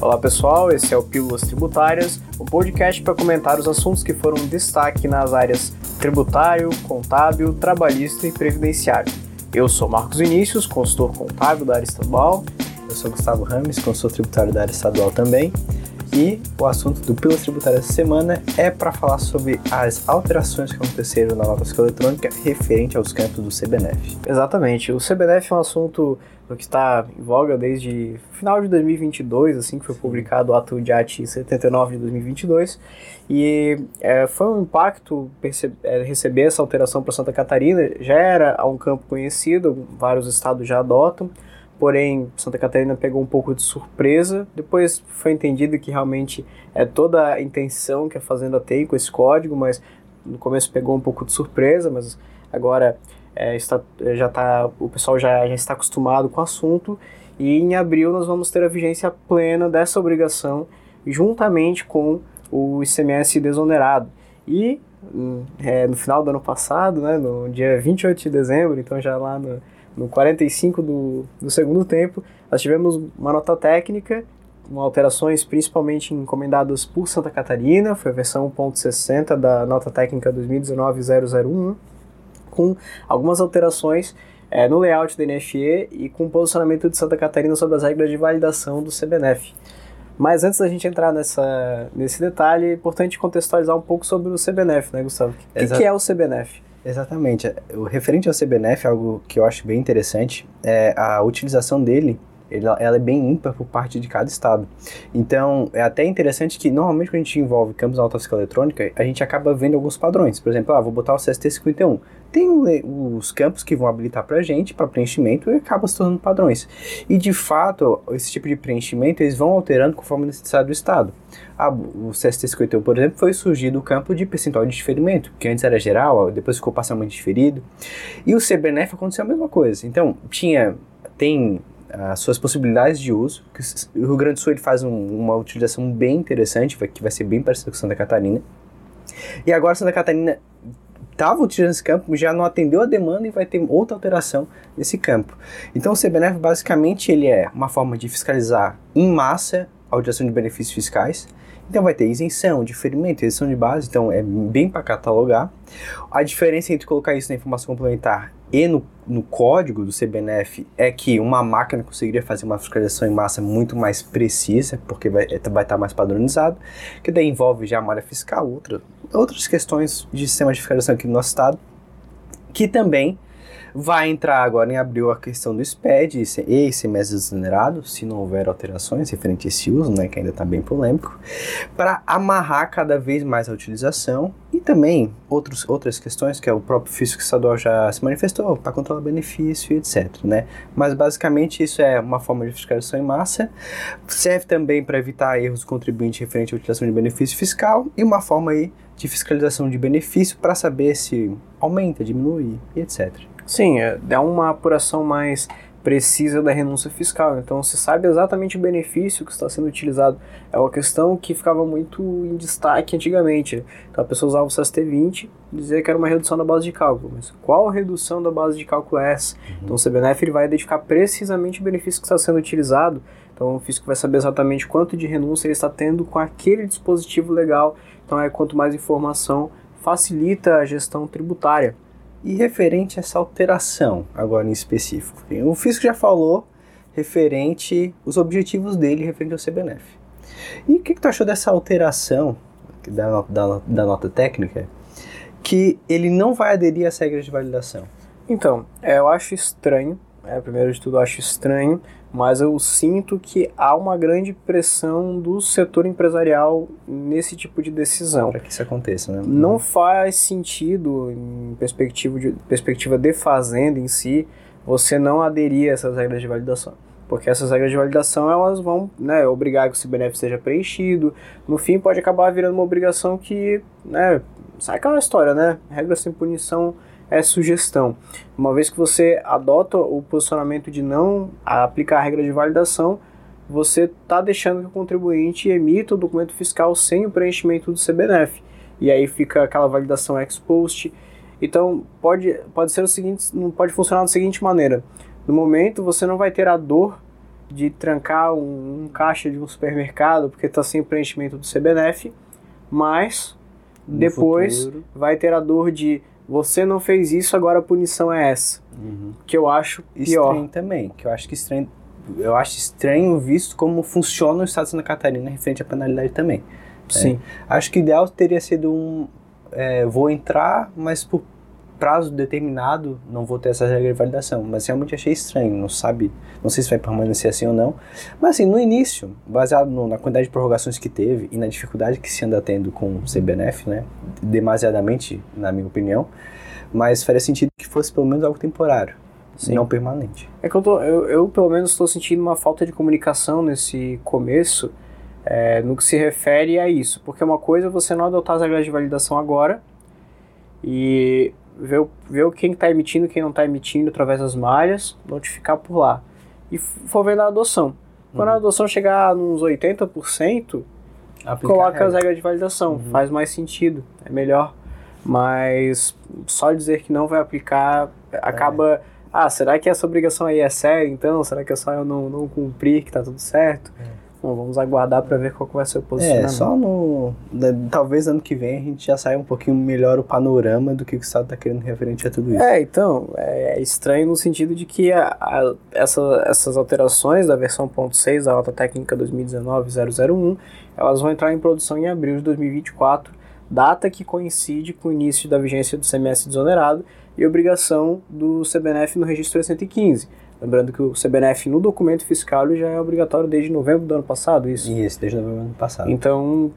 Olá pessoal, esse é o Pílulas Tributárias, o podcast para comentar os assuntos que foram destaque nas áreas tributário, contábil, trabalhista e previdenciário. Eu sou Marcos Vinícius, consultor contábil da área estadual. Eu sou Gustavo Rames, consultor tributário da área estadual também. E o assunto do Pílulas Tributárias essa semana é para falar sobre as alterações que aconteceram na nota fiscal eletrônica referente aos campos do CBNEF. Exatamente, o CBNEF é um assunto que está em voga desde final de 2022, assim que foi publicado o ato de AT 79 de 2022, e foi um impacto receber essa alteração para Santa Catarina. Já era um campo conhecido, vários estados já adotam, porém Santa Catarina pegou um pouco de surpresa. Depois foi entendido que realmente é toda a intenção que a Fazenda tem com esse código, mas no começo pegou um pouco de surpresa, mas agora o pessoal já está acostumado com o assunto, e em abril nós vamos ter a vigência plena dessa obrigação, juntamente com o ICMS desonerado. E no final do ano passado, né, no dia 28 de dezembro, então já lá no 45 do segundo tempo, nós tivemos uma nota técnica, com alterações principalmente encomendadas por Santa Catarina, foi a versão 1.60 da nota técnica 2019-001, com algumas alterações no layout da NFE e com o posicionamento de Santa Catarina sobre as regras de validação do CBNEF. Mas antes da gente entrar nesse detalhe, é importante contextualizar um pouco sobre o CBNEF, né, Gustavo? O que é o CBNEF? Exatamente. O referente ao CBNEF, algo que eu acho bem interessante, é a utilização dele. Ela é bem ímpar por parte de cada estado. Então, é até interessante que, normalmente, quando a gente envolve campos na nota fiscal eletrônica, a gente acaba vendo alguns padrões. Por exemplo, vou botar o CST 51. Tem os campos que vão habilitar para a gente, para preenchimento, e acabam se tornando padrões. E, de fato, esse tipo de preenchimento, eles vão alterando conforme a necessidade do estado. O CST 51, por exemplo, foi surgido o campo de percentual de diferimento, que antes era geral, depois ficou parcialmente diferido. E o CBNEF aconteceu a mesma coisa. Então, tem as suas possibilidades de uso. O Rio Grande do Sul ele faz uma utilização bem interessante, que vai ser bem parecida com Santa Catarina. E agora Santa Catarina estava utilizando esse campo, já não atendeu a demanda e vai ter outra alteração nesse campo. Então o CBNEF basicamente ele é uma forma de fiscalizar em massa a utilização de benefícios fiscais. Então vai ter isenção, diferimento, isenção de base, então é bem para catalogar. A diferença entre colocar isso na informação complementar e no código do CBNEF é que uma máquina conseguiria fazer uma fiscalização em massa muito mais precisa, porque vai estar mais padronizado, que daí envolve já a malha fiscal, outras questões de sistema de fiscalização aqui no nosso estado, que também vai entrar agora em abril a questão do SPED e ICMS desonerado, se não houver alterações referente a esse uso, né, que ainda está bem polêmico, para amarrar cada vez mais a utilização, e também outras questões que o próprio fisco estadual já se manifestou, para controlar benefício e etc. Né? Mas basicamente isso é uma forma de fiscalização em massa, serve também para evitar erros do contribuinte referente à utilização de benefício fiscal, e uma forma aí de fiscalização de benefício para saber se aumenta, diminui e etc. Sim, dá uma apuração mais precisa da renúncia fiscal. Então, você sabe exatamente o benefício que está sendo utilizado. É uma questão que ficava muito em destaque antigamente. Então, a pessoa usava o CST20 e dizia que era uma redução da base de cálculo. Mas qual redução da base de cálculo é essa? Então, o CBNEF ele vai identificar precisamente o benefício que está sendo utilizado. Então, o fisco vai saber exatamente quanto de renúncia ele está tendo com aquele dispositivo legal. Então, quanto mais informação, facilita a gestão tributária. E referente a essa alteração, agora em específico, o fisco já falou referente os objetivos dele referente ao CBNEF. E o que tu achou dessa alteração da nota técnica, que ele não vai aderir às regras de validação? Então, eu acho estranho, primeiro de tudo eu acho estranho, mas eu sinto que há uma grande pressão do setor empresarial nesse tipo de decisão. Para que isso aconteça, né? Não faz sentido, em perspectiva de fazenda em si, você não aderir a essas regras de validação. Porque essas regras de validação, elas vão, né, obrigar que o CBNEF seja preenchido. No fim, pode acabar virando uma obrigação que, né, sai aquela história, né? Regra sem punição é sugestão. Uma vez que você adota o posicionamento de não aplicar a regra de validação, você está deixando que o contribuinte emita o documento fiscal sem o preenchimento do CBNEF. E aí fica aquela validação ex post. Então, pode ser o seguinte, não pode funcionar da seguinte maneira. No momento, você não vai ter a dor de trancar um caixa de um supermercado porque está sem preenchimento do CBNF, mas depois vai ter a dor de você não fez isso, agora a punição é essa. Que eu acho pior. Estranho também, que eu acho que estranho. Eu acho estranho visto como funciona o Estado de Santa Catarina referente à penalidade também. Sim. Acho que o ideal teria sido vou entrar, mas por prazo determinado não vou ter essa regra de validação. Mas realmente achei estranho, não sei se vai permanecer assim ou não. Mas assim, no início, baseado na quantidade de prorrogações que teve e na dificuldade que se anda tendo com o CBNF, né, demasiadamente, na minha opinião, mas faria sentido que fosse pelo menos algo temporário. Sim. Não permanente. É que eu pelo menos estou sentindo uma falta de comunicação nesse começo, no que se refere a isso. Porque uma coisa é você não adotar as regras de validação agora e ver quem está emitindo, quem não está emitindo através das malhas, notificar por lá. E for vendo a adoção. Quando a adoção chegar nos 80%, coloca as regras de validação. Faz mais sentido, é melhor. Mas só dizer que não vai aplicar acaba... será que essa obrigação aí é séria então? Será que é só eu não cumprir que tá tudo certo? Bom, vamos aguardar para ver qual vai ser o posicionamento. Talvez ano que vem a gente já saia um pouquinho melhor o panorama do que o Estado tá querendo referente a tudo isso. Então, é estranho no sentido de que essas alterações da versão 1.6 da nota técnica 2019-001, elas vão entrar em produção em abril de 2024, data que coincide com o início da vigência do CMS desonerado e obrigação do CBNF no registro 115. Lembrando que o CBNF no documento fiscal já é obrigatório desde novembro do ano passado, isso? Isso, desde novembro do ano passado. Então,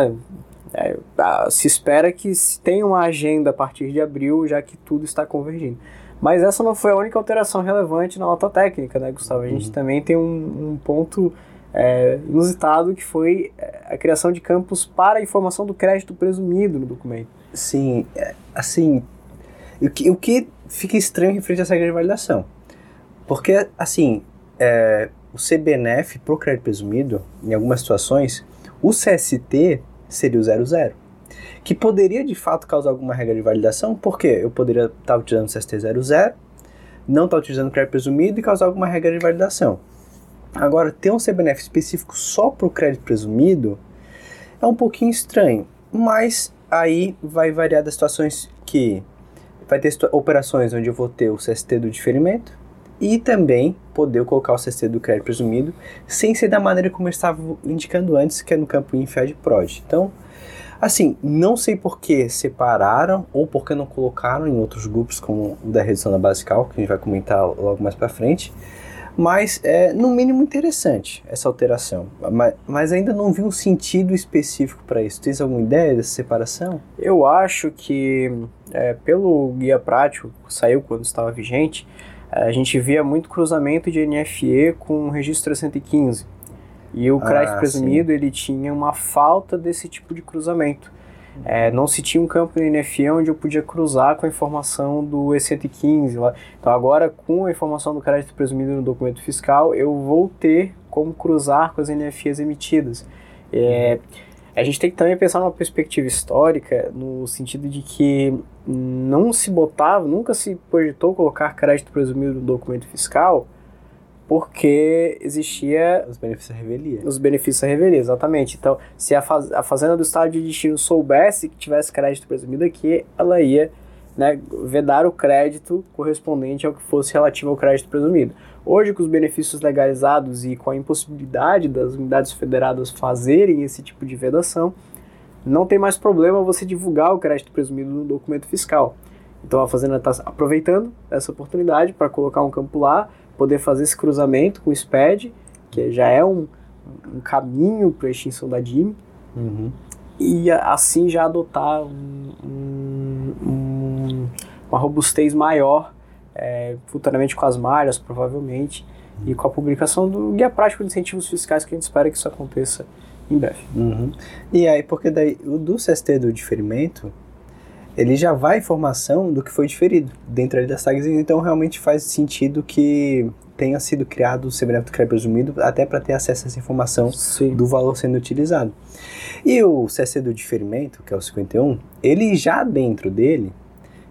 se espera que se tenha uma agenda a partir de abril, já que tudo está convergindo. Mas essa não foi a única alteração relevante na nota técnica, né, Gustavo? A gente também tem um ponto inusitado, que foi a criação de campos para a informação do crédito presumido no documento. Sim, assim, o que fica estranho referente a essa regra de validação. Porque, assim, o CBNF pro crédito presumido, em algumas situações, o CST seria o 00, que poderia, de fato, causar alguma regra de validação, porque eu poderia estar utilizando o CST 00, não estar utilizando o crédito presumido e causar alguma regra de validação. Agora, ter um CBNF específico só pro crédito presumido é um pouquinho estranho, mas aí vai variar das situações que vai ter operações onde eu vou ter o CST do diferimento, e também poder colocar o CST do crédito presumido sem ser da maneira como eu estava indicando antes, que é no campo INFE PROD. Então, assim, não sei por que separaram ou por que não colocaram em outros grupos como o da redução da basical, que a gente vai comentar logo mais para frente, mas é no mínimo interessante essa alteração, mas ainda não vi um sentido específico para isso. Tem alguma ideia dessa separação? Eu acho que pelo guia prático que saiu quando estava vigente, a gente via muito cruzamento de NFE com o registro 115. E o crédito presumido, ele tinha uma falta desse tipo de cruzamento. Não se tinha um campo no NFE onde eu podia cruzar com a informação do E115 lá. Então agora, com a informação do crédito presumido no documento fiscal, eu vou ter como cruzar com as NFEs emitidas. A gente tem que também pensar numa perspectiva histórica, no sentido de que nunca se cogitou colocar crédito presumido no documento fiscal, porque existia... Os benefícios à revelia. Os benefícios à revelia, exatamente. Então, se a Fazenda do Estado de Destino soubesse que tivesse crédito presumido aqui, ela ia vedar o crédito correspondente ao que fosse relativo ao crédito presumido. Hoje, com os benefícios legalizados e com a impossibilidade das unidades federadas fazerem esse tipo de vedação, não tem mais problema você divulgar o crédito presumido no documento fiscal. Então, a Fazenda está aproveitando essa oportunidade para colocar um campo lá, poder fazer esse cruzamento com o SPED, que já é um caminho para a extinção da DIME, e assim já adotar uma robustez maior, futuramente com as malhas, provavelmente, e com a publicação do Guia Prático de Incentivos Fiscais, que a gente espera que isso aconteça em breve. E aí, porque daí o do CST do diferimento, ele já vai a informação do que foi diferido dentro das tags, então realmente faz sentido que tenha sido criado o CBNF do crédito presumido até para ter acesso a essa informação do valor sendo utilizado. E o CST do diferimento, que é o 51, ele já dentro dele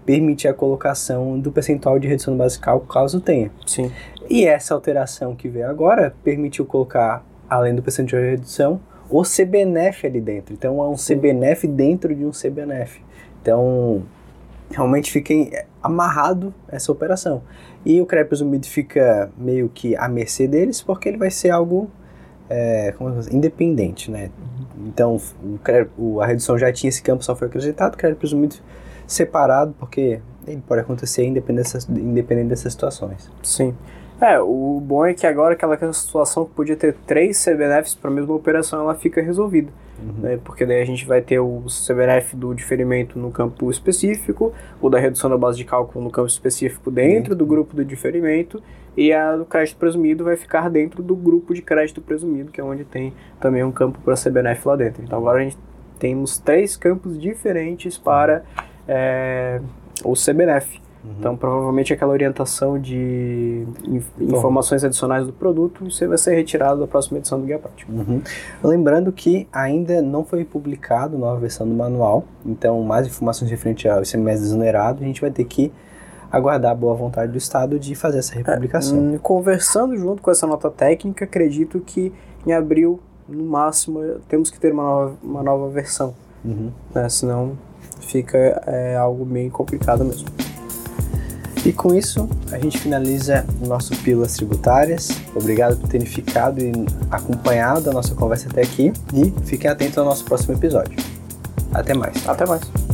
permitir a colocação do percentual de redução da base de cálculo, caso tenha. Sim. E essa alteração que veio agora permitiu colocar, além do percentual de redução, o CBNF ali dentro. Então é um CBNF dentro de um CBNF. Então realmente fica amarrado essa operação. E o crédito presumido fica meio que à mercê deles, porque ele vai ser algo independente, né? Então a redução já tinha esse campo, só foi acrescentado, o crédito presumido separado, porque ele pode acontecer independente dessas situações. Sim. O bom é que agora aquela situação que podia ter 3 CBNFs para a mesma operação, ela fica resolvida. Né? Porque daí a gente vai ter o CBNF do diferimento no campo específico, o da redução da base de cálculo no campo específico dentro do grupo do diferimento, e a do crédito presumido vai ficar dentro do grupo de crédito presumido, que é onde tem também um campo para CBNF lá dentro. Então agora a gente temos 3 campos diferentes para o CBNF. Então, provavelmente aquela orientação de informações adicionais do produto, isso vai ser retirado da próxima edição do Guia Prático. Lembrando que ainda não foi publicado nova versão do manual, então mais informações referentes ao ICMS desonerado, a gente vai ter que aguardar a boa vontade do Estado de fazer essa republicação. Conversando junto com essa nota técnica, acredito que em abril, no máximo, temos que ter uma nova versão, né? Senão fica algo meio complicado mesmo. E com isso, a gente finaliza o nosso Pílulas Tributárias. Obrigado por terem ficado e acompanhado a nossa conversa até aqui. E fiquem atentos ao nosso próximo episódio. Até mais. Até mais.